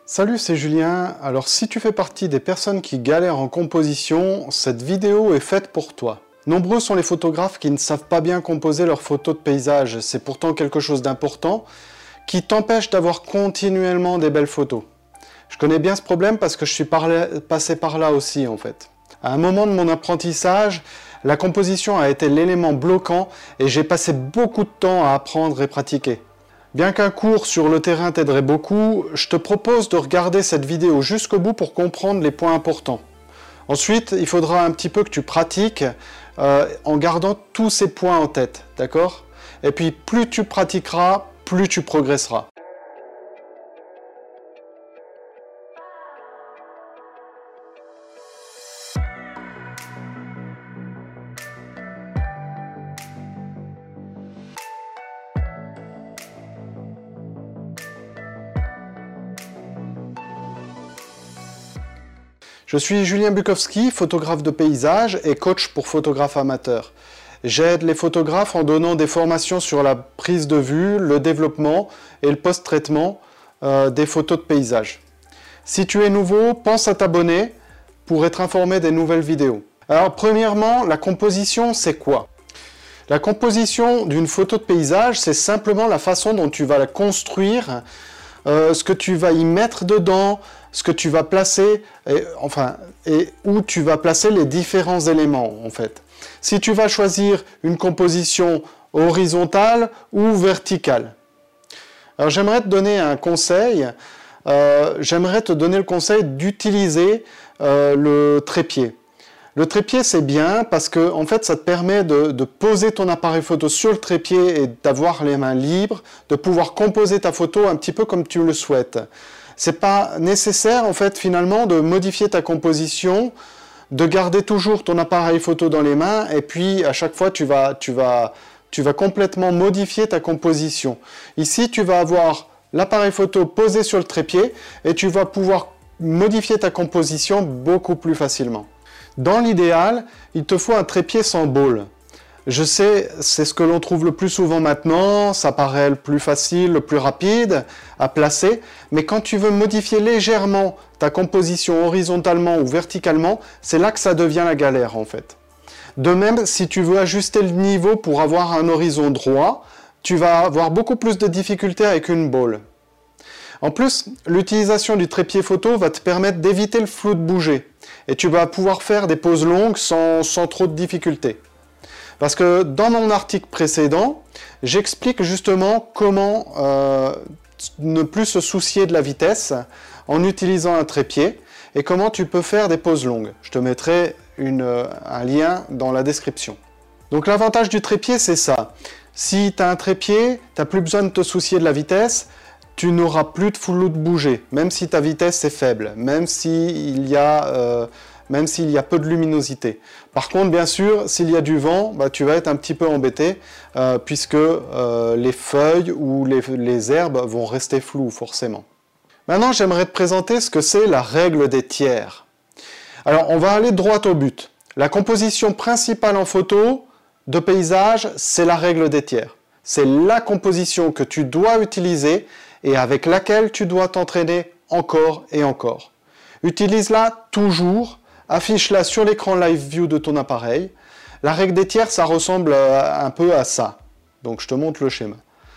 Salut, c'est Julien. Alors si tu fais partie des personnes qui galèrent en composition, cette vidéo est faite pour toi. Nombreux sont les photographes qui ne savent pas bien composer leurs photos de paysage. C'est pourtant quelque chose d'important qui t'empêche d'avoir continuellement des belles photos. Je connais bien ce problème parce que je suis passé par là aussi en fait. À un moment de mon apprentissage, la composition a été l'élément bloquant et j'ai passé beaucoup de temps à apprendre et pratiquer. Bien qu'un cours sur le terrain t'aiderait beaucoup, je te propose de regarder cette vidéo jusqu'au bout pour comprendre les points importants. Ensuite, il faudra un petit peu que tu pratiques en gardant tous ces points en tête, d'accord? Et puis plus tu pratiqueras, plus tu progresseras. Je suis Julien Bukowski, photographe de paysage et coach pour photographes amateurs. J'aide les photographes en donnant des formations sur la prise de vue, le développement et le post-traitement des photos de paysage. Si tu es nouveau, pense à t'abonner pour être informé des nouvelles vidéos. Alors premièrement, la composition, c'est quoi? La composition d'une photo de paysage, c'est simplement la façon dont tu vas la construire, ce que tu vas y mettre dedans, ce que tu vas placer, et où tu vas placer les différents éléments, en fait. Si tu vas choisir une composition horizontale ou verticale. Alors j'aimerais te donner un conseil, j'aimerais te donner le conseil d'utiliser le trépied. Le trépied, c'est bien parce que en fait, ça te permet de poser ton appareil photo sur le trépied et d'avoir les mains libres, de pouvoir composer ta photo un petit peu comme tu le souhaites. C'est pas nécessaire, en fait, finalement, de modifier ta composition, de garder toujours ton appareil photo dans les mains, et puis, à chaque fois, tu vas complètement modifier ta composition. Ici, tu vas avoir l'appareil photo posé sur le trépied, et tu vas pouvoir modifier ta composition beaucoup plus facilement. Dans l'idéal, il te faut un trépied sans bowl. Je sais, c'est ce que l'on trouve le plus souvent maintenant, ça paraît le plus facile, le plus rapide à placer, mais quand tu veux modifier légèrement ta composition horizontalement ou verticalement, c'est là que ça devient la galère en fait. De même, si tu veux ajuster le niveau pour avoir un horizon droit, tu vas avoir beaucoup plus de difficultés avec une bowl. En plus, l'utilisation du trépied photo va te permettre d'éviter le flou de bouger, et tu vas pouvoir faire des poses longues sans trop de difficultés. Parce que dans mon article précédent, j'explique justement comment ne plus se soucier de la vitesse en utilisant un trépied et comment tu peux faire des poses longues. Je te mettrai un lien dans la description. Donc l'avantage du trépied, c'est ça. Si tu as un trépied, tu n'as plus besoin de te soucier de la vitesse, tu n'auras plus de flou de bouger, même si ta vitesse est faible, même s'il y a peu de luminosité. Par contre, bien sûr, s'il y a du vent, tu vas être un petit peu embêté, puisque les feuilles ou les herbes vont rester floues, forcément. Maintenant, j'aimerais te présenter ce que c'est la règle des tiers. Alors, on va aller droit au but. La composition principale en photo de paysage, c'est la règle des tiers. C'est la composition que tu dois utiliser et avec laquelle tu dois t'entraîner encore et encore. Utilise-la toujours. Affiche-la sur l'écran Live View de ton appareil. La règle des tiers, ça ressemble un peu à ça. Donc je te montre le schéma.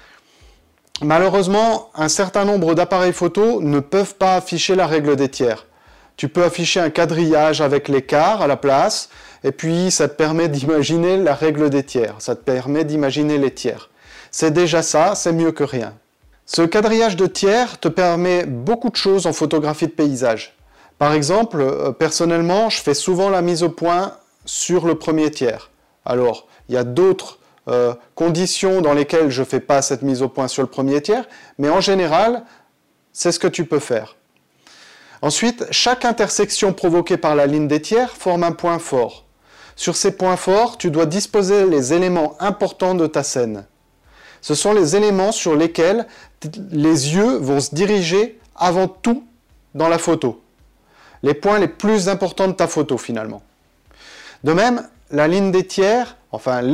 Malheureusement, un certain nombre d'appareils photo ne peuvent pas afficher la règle des tiers. Tu peux afficher un quadrillage avec les quarts à la place, et puis ça te permet d'imaginer la règle des tiers. Ça te permet d'imaginer les tiers. C'est déjà ça, c'est mieux que rien. Ce quadrillage de tiers te permet beaucoup de choses en photographie de paysage. Par exemple, personnellement, je fais souvent la mise au point sur le premier tiers. Alors, il y a d'autres conditions dans lesquelles je ne fais pas cette mise au point sur le premier tiers, mais en général, c'est ce que tu peux faire. Ensuite, chaque intersection provoquée par la ligne des tiers forme un point fort. Sur ces points forts, tu dois disposer les éléments importants de ta scène. Ce sont les éléments sur lesquels les yeux vont se diriger avant tout dans la photo. Les points les plus importants de ta photo finalement. De même, les lignes des tiers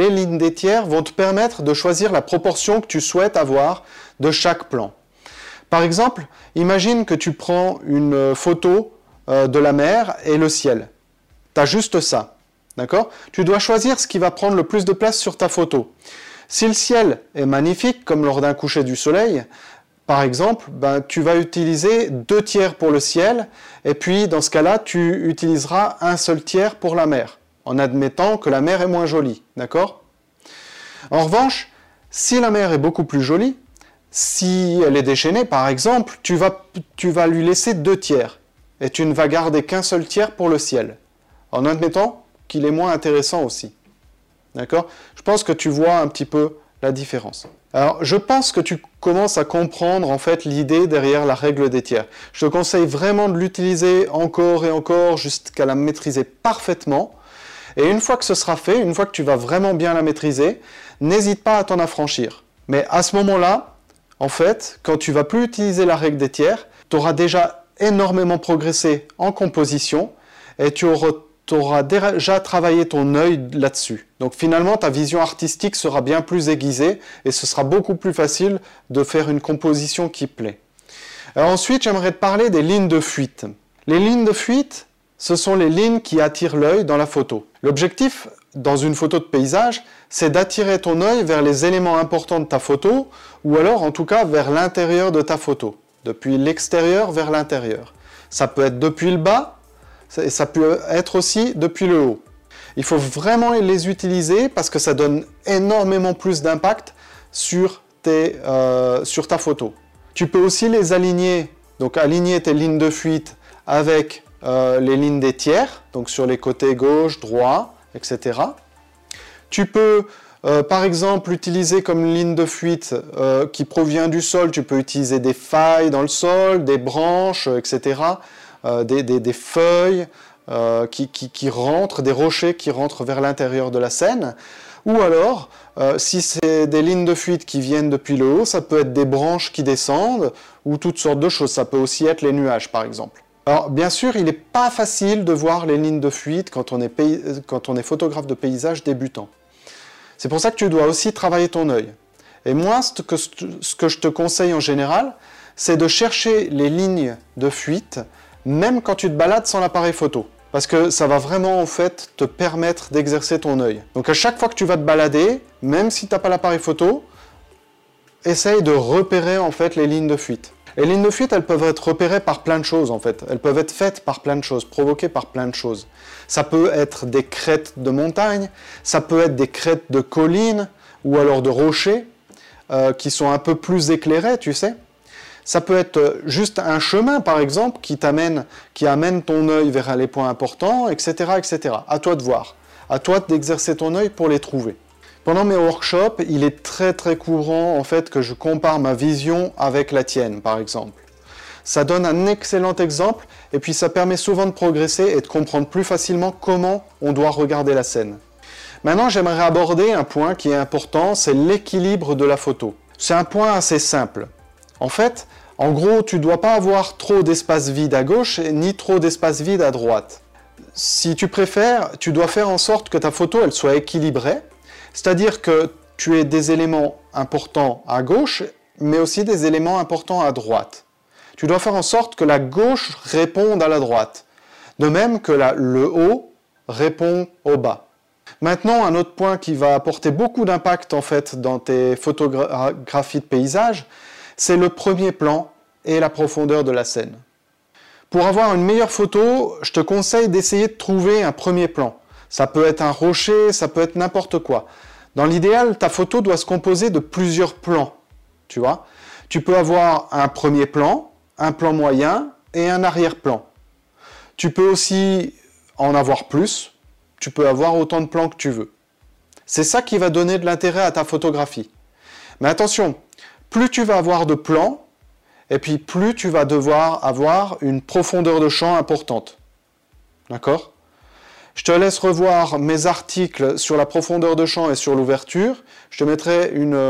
vont te permettre de choisir la proportion que tu souhaites avoir de chaque plan. Par exemple, imagine que tu prends une photo de la mer et le ciel. Tu as juste ça, d'accord? Tu dois choisir ce qui va prendre le plus de place sur ta photo. Si le ciel est magnifique, comme lors d'un coucher du soleil, par exemple, tu vas utiliser 2/3 pour le ciel, et puis dans ce cas-là, tu utiliseras 1/3 pour la mer, en admettant que la mer est moins jolie, d'accord? En revanche, si la mer est beaucoup plus jolie, si elle est déchaînée, par exemple, tu vas lui laisser 2/3, et tu ne vas garder qu'1/3 pour le ciel, en admettant qu'il est moins intéressant aussi. D'accord? Je pense que tu vois un petit peu la différence. Alors, je pense que tu commences à comprendre en fait l'idée derrière la règle des tiers. Je te conseille vraiment de l'utiliser encore et encore jusqu'à la maîtriser parfaitement. Et une fois que ce sera fait, une fois que tu vas vraiment bien la maîtriser, n'hésite pas à t'en affranchir. Mais à ce moment-là, en fait, quand tu vas plus utiliser la règle des tiers, tu auras déjà énormément progressé en composition et tu auras déjà travaillé ton œil là-dessus. Donc finalement, ta vision artistique sera bien plus aiguisée et ce sera beaucoup plus facile de faire une composition qui plaît. Alors ensuite, j'aimerais te parler des lignes de fuite. Les lignes de fuite, ce sont les lignes qui attirent l'œil dans la photo. L'objectif, dans une photo de paysage, c'est d'attirer ton œil vers les éléments importants de ta photo ou alors en tout cas vers l'intérieur de ta photo, depuis l'extérieur vers l'intérieur. Ça peut être depuis le bas, et ça peut être aussi depuis le haut. Il faut vraiment les utiliser parce que ça donne énormément plus d'impact sur ta photo. Tu peux aussi les aligner, donc aligner tes lignes de fuite avec les lignes des tiers, donc sur les côtés gauche, droit, etc. Tu peux par exemple utiliser comme ligne de fuite qui provient du sol, tu peux utiliser des failles dans le sol, des branches, etc. Des feuilles qui rentrent, des rochers qui rentrent vers l'intérieur de la scène. Ou alors, si c'est des lignes de fuite qui viennent depuis le haut, ça peut être des branches qui descendent ou toutes sortes de choses. Ça peut aussi être les nuages, par exemple. Alors, bien sûr, il n'est pas facile de voir les lignes de fuite quand on est photographe de paysage débutant. C'est pour ça que tu dois aussi travailler ton œil. Et moi, ce que je te conseille en général, c'est de chercher les lignes de fuite même quand tu te balades sans l'appareil photo. Parce que ça va vraiment en fait te permettre d'exercer ton œil. Donc à chaque fois que tu vas te balader, même si tu n'as pas l'appareil photo, essaye de repérer en fait les lignes de fuite. Les lignes de fuite, elles peuvent être repérées par plein de choses en fait. Elles peuvent être faites par plein de choses, provoquées par plein de choses. Ça peut être des crêtes de montagne, ça peut être des crêtes de collines ou alors de rochers qui sont un peu plus éclairés, tu sais. Ça peut être juste un chemin, par exemple, qui amène ton œil vers les points importants, etc., etc. À toi de voir. À toi d'exercer ton œil pour les trouver. Pendant mes workshops, il est très très courant en fait que je compare ma vision avec la tienne, par exemple. Ça donne un excellent exemple et puis ça permet souvent de progresser et de comprendre plus facilement comment on doit regarder la scène. Maintenant, j'aimerais aborder un point qui est important, c'est l'équilibre de la photo. C'est un point assez simple. En fait, en gros, tu ne dois pas avoir trop d'espace vide à gauche ni trop d'espace vide à droite. Si tu préfères, tu dois faire en sorte que ta photo elle soit équilibrée, c'est-à-dire que tu aies des éléments importants à gauche, mais aussi des éléments importants à droite. Tu dois faire en sorte que la gauche réponde à la droite, de même que le haut répond au bas. Maintenant, un autre point qui va apporter beaucoup d'impact en fait dans tes photographies de paysage, c'est le premier plan et la profondeur de la scène. Pour avoir une meilleure photo, je te conseille d'essayer de trouver un premier plan. Ça peut être un rocher, ça peut être n'importe quoi. Dans l'idéal, ta photo doit se composer de plusieurs plans, tu vois. Tu peux avoir un premier plan, un plan moyen et un arrière-plan. Tu peux aussi en avoir plus, tu peux avoir autant de plans que tu veux. C'est ça qui va donner de l'intérêt à ta photographie. Mais attention, plus tu vas avoir de plans, et puis plus tu vas devoir avoir une profondeur de champ importante. D'accord ? Je te laisse revoir mes articles sur la profondeur de champ et sur l'ouverture. Je te mettrai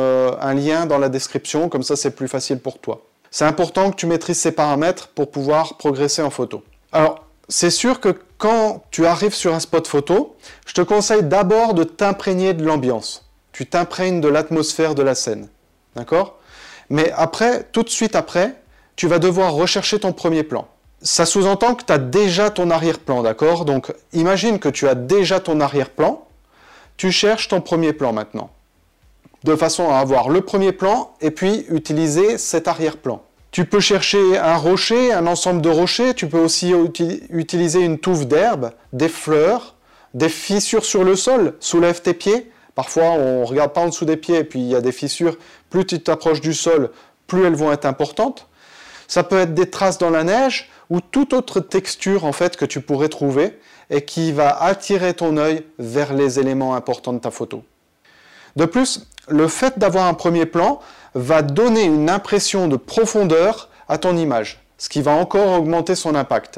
un lien dans la description, comme ça c'est plus facile pour toi. C'est important que tu maîtrises ces paramètres pour pouvoir progresser en photo. Alors, c'est sûr que quand tu arrives sur un spot photo, je te conseille d'abord de t'imprégner de l'ambiance. Tu t'imprègnes de l'atmosphère de la scène. D'accord ? Mais après, tout de suite après, tu vas devoir rechercher ton premier plan. Ça sous-entend que tu as déjà ton arrière-plan, d'accord? Donc, imagine que tu as déjà ton arrière-plan, tu cherches ton premier plan maintenant, de façon à avoir le premier plan et puis utiliser cet arrière-plan. Tu peux chercher un rocher, un ensemble de rochers, tu peux aussi utiliser une touffe d'herbe, des fleurs, des fissures sur le sol, soulève tes pieds. Parfois, on ne regarde pas en dessous des pieds et puis il y a des fissures, plus tu t'approches du sol, plus elles vont être importantes. Ça peut être des traces dans la neige ou toute autre texture en fait que tu pourrais trouver et qui va attirer ton œil vers les éléments importants de ta photo. De plus, le fait d'avoir un premier plan va donner une impression de profondeur à ton image, ce qui va encore augmenter son impact.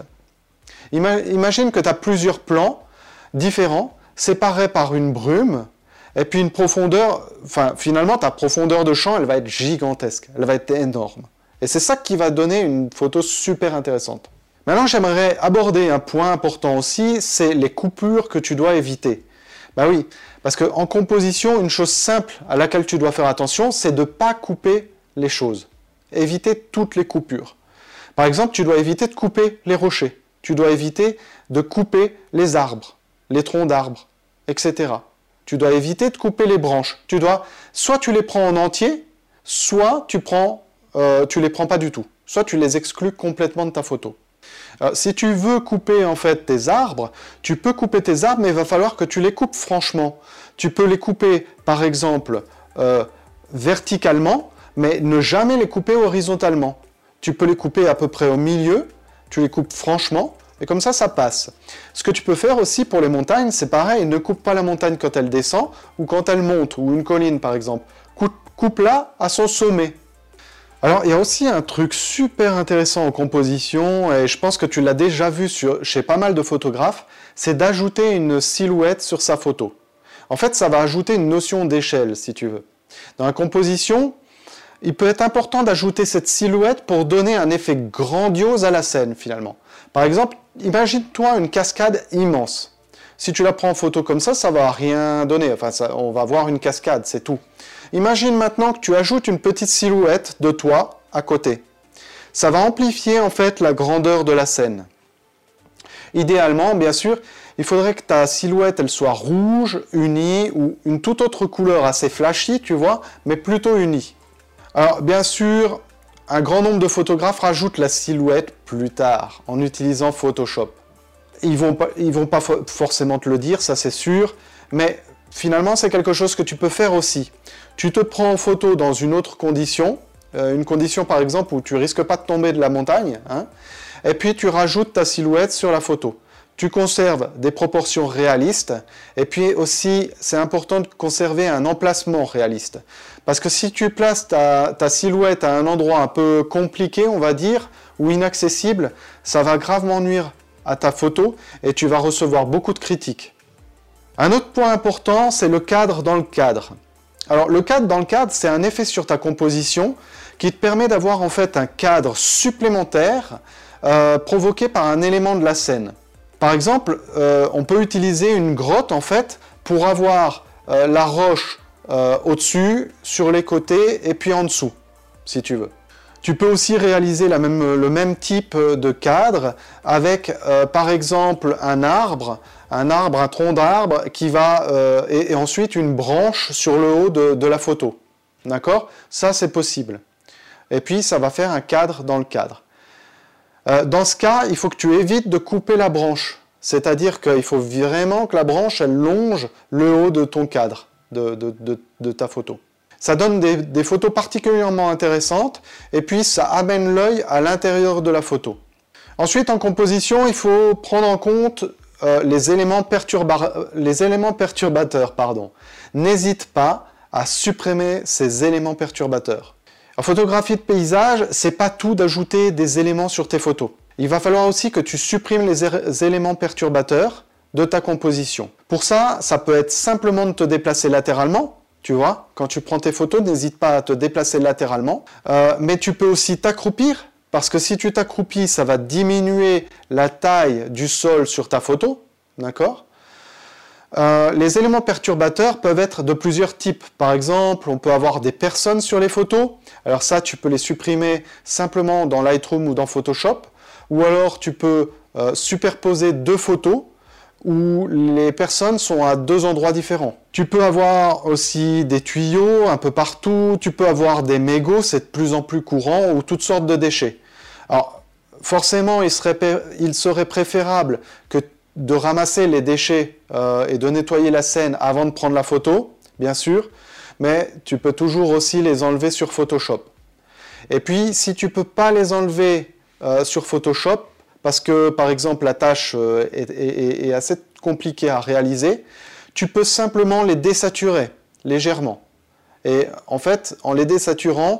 Imagine que tu as plusieurs plans différents, séparés par une brume, et puis une profondeur, finalement ta profondeur de champ, elle va être gigantesque, elle va être énorme. Et c'est ça qui va donner une photo super intéressante. Maintenant, j'aimerais aborder un point important aussi, c'est les coupures que tu dois éviter. Ben oui, parce qu'en composition, une chose simple à laquelle tu dois faire attention, c'est de ne pas couper les choses. Éviter toutes les coupures. Par exemple, tu dois éviter de couper les rochers. Tu dois éviter de couper les arbres, les troncs d'arbres, etc. Tu dois éviter de couper les branches. Soit tu les prends en entier, soit tu les prends pas du tout. Soit tu les exclus complètement de ta photo. Si tu veux couper en fait tes arbres, tu peux couper tes arbres, mais il va falloir que tu les coupes franchement. Tu peux les couper par exemple verticalement, mais ne jamais les couper horizontalement. Tu peux les couper à peu près au milieu, tu les coupes franchement, et comme ça, ça passe. Ce que tu peux faire aussi pour les montagnes, c'est pareil, ne coupe pas la montagne quand elle descend, ou quand elle monte, ou une colline par exemple. Coupe-la à son sommet. Alors, il y a aussi un truc super intéressant en composition, et je pense que tu l'as déjà vu chez pas mal de photographes, c'est d'ajouter une silhouette sur sa photo. En fait, ça va ajouter une notion d'échelle, si tu veux. Dans la composition, il peut être important d'ajouter cette silhouette pour donner un effet grandiose à la scène, finalement. Par exemple, imagine-toi une cascade immense. Si tu la prends en photo comme ça va rien donner. On va voir une cascade, c'est tout. Imagine maintenant que tu ajoutes une petite silhouette de toi à côté. Ça va amplifier en fait la grandeur de la scène. Idéalement, bien sûr, il faudrait que ta silhouette elle soit rouge, unie, ou une toute autre couleur assez flashy, tu vois, mais plutôt unie. Alors, bien sûr, un grand nombre de photographes rajoutent la silhouette plus tard, en utilisant Photoshop. Ils vont pas forcément te le dire, ça c'est sûr, mais finalement c'est quelque chose que tu peux faire aussi. Tu te prends en photo dans une autre condition, une condition par exemple où tu risques pas de tomber de la montagne, hein, et puis tu rajoutes ta silhouette sur la photo. Tu conserves des proportions réalistes, et puis aussi c'est important de conserver un emplacement réaliste. Parce que si tu places ta silhouette à un endroit un peu compliqué, on va dire, ou inaccessible, ça va gravement nuire à ta photo et tu vas recevoir beaucoup de critiques. Un autre point important, c'est le cadre dans le cadre. Alors le cadre dans le cadre, c'est un effet sur ta composition qui te permet d'avoir en fait un cadre supplémentaire provoqué par un élément de la scène. Par exemple, on peut utiliser une grotte en fait pour avoir la roche au-dessus, sur les côtés et puis en dessous, si tu veux. Tu peux aussi réaliser le même type de cadre avec, par exemple, un tronc d'arbre qui va et ensuite une branche sur le haut de la photo. D'accord? Ça, c'est possible. Et puis, ça va faire un cadre dans le cadre. Dans ce cas, il faut que tu évites de couper la branche. C'est-à-dire qu'il faut vraiment que la branche, elle longe le haut de ton cadre, de ta photo. Ça donne des photos particulièrement intéressantes et puis ça amène l'œil à l'intérieur de la photo. Ensuite, en composition, il faut prendre en compte les éléments perturbateurs. N'hésite pas à supprimer ces éléments perturbateurs. En photographie de paysage, c'est pas tout d'ajouter des éléments sur tes photos. Il va falloir aussi que tu supprimes les éléments perturbateurs de ta composition. Pour ça, ça peut être simplement de te déplacer latéralement. Tu vois, quand tu prends tes photos, n'hésite pas à te déplacer latéralement. Mais tu peux aussi t'accroupir, parce que si tu t'accroupis, ça va diminuer la taille du sol sur ta photo. D'accord ? Les éléments perturbateurs peuvent être de plusieurs types. Par exemple, on peut avoir des personnes sur les photos. Alors ça, tu peux les supprimer simplement dans Lightroom ou dans Photoshop. Ou alors, tu peux superposer deux photos où les personnes sont à deux endroits différents. Tu peux avoir aussi des tuyaux un peu partout. Tu peux avoir des mégots, c'est de plus en plus courant, ou toutes sortes de déchets. Alors, forcément, il serait préférable que de ramasser les déchets et de nettoyer la scène avant de prendre la photo, bien sûr, mais tu peux toujours aussi les enlever sur Photoshop. Et puis, si tu ne peux pas les enlever sur Photoshop, parce que, par exemple, la tâche est assez compliquée à réaliser, tu peux simplement les désaturer légèrement. Et en fait, en les désaturant,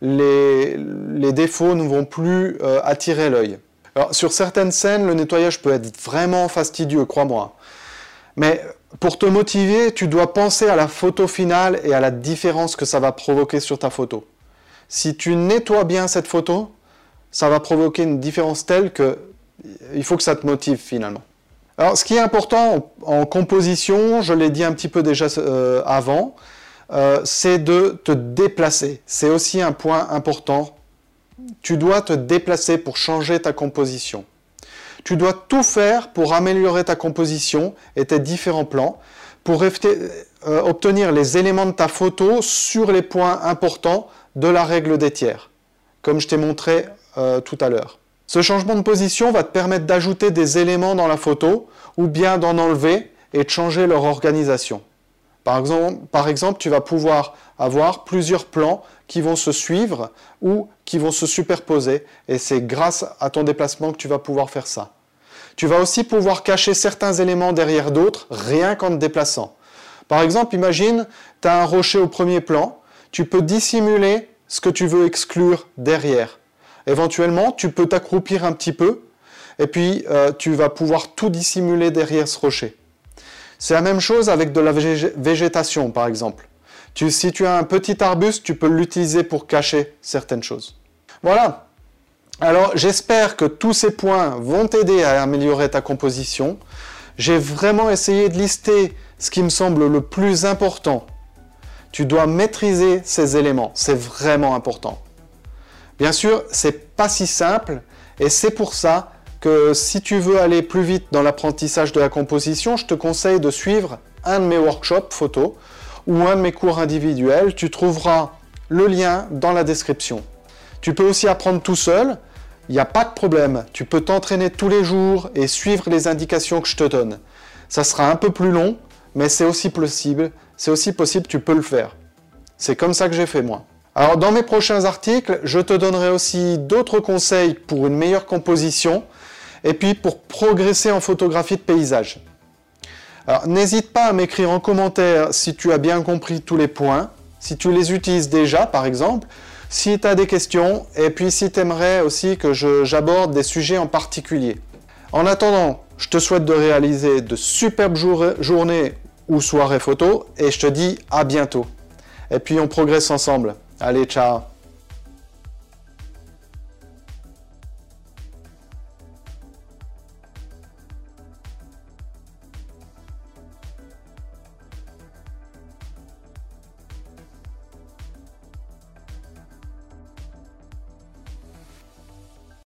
les défauts ne vont plus attirer l'œil. Alors, sur certaines scènes, le nettoyage peut être vraiment fastidieux, crois-moi. Mais pour te motiver, tu dois penser à la photo finale et à la différence que ça va provoquer sur ta photo. Si tu nettoies bien cette photo, ça va provoquer une différence telle que il faut que ça te motive finalement. Alors, ce qui est important en composition, je l'ai dit un petit peu déjà avant, c'est de te déplacer. C'est aussi un point important. Tu dois te déplacer pour changer ta composition. Tu dois tout faire pour améliorer ta composition et tes différents plans, pour obtenir les éléments de ta photo sur les points importants de la règle des tiers, comme je t'ai montré tout à l'heure. Ce changement de position va te permettre d'ajouter des éléments dans la photo, ou bien d'en enlever et de changer leur organisation. Par exemple, tu vas pouvoir avoir plusieurs plans qui vont se suivre ou qui vont se superposer, et c'est grâce à ton déplacement que tu vas pouvoir faire ça. Tu vas aussi pouvoir cacher certains éléments derrière d'autres, rien qu'en te déplaçant. Par exemple, imagine, tu as un rocher au premier plan, tu peux dissimuler ce que tu veux exclure derrière. Éventuellement, tu peux t'accroupir un petit peu, et puis tu vas pouvoir tout dissimuler derrière ce rocher. C'est la même chose avec de la végétation, par exemple. Si tu as un petit arbuste, tu peux l'utiliser pour cacher certaines choses. Voilà. Alors, j'espère que tous ces points vont t'aider à améliorer ta composition. J'ai vraiment essayé de lister ce qui me semble le plus important. Tu dois maîtriser ces éléments, c'est vraiment important. Bien sûr, c'est pas si simple, et c'est pour ça que si tu veux aller plus vite dans l'apprentissage de la composition, je te conseille de suivre un de mes workshops photo ou un de mes cours individuels. Tu trouveras le lien dans la description. Tu peux aussi apprendre tout seul, il n'y a pas de problème. Tu peux t'entraîner tous les jours et suivre les indications que je te donne. Ça sera un peu plus long, mais c'est aussi possible, tu peux le faire. C'est comme ça que j'ai fait moi. Alors dans mes prochains articles, je te donnerai aussi d'autres conseils pour une meilleure composition et puis pour progresser en photographie de paysage. Alors n'hésite pas à m'écrire en commentaire si tu as bien compris tous les points, si tu les utilises déjà par exemple, si tu as des questions et puis si tu aimerais aussi que j'aborde des sujets en particulier. En attendant, je te souhaite de réaliser de superbes journées ou soirées photo et je te dis à bientôt. Et puis on progresse ensemble. Allez, ciao!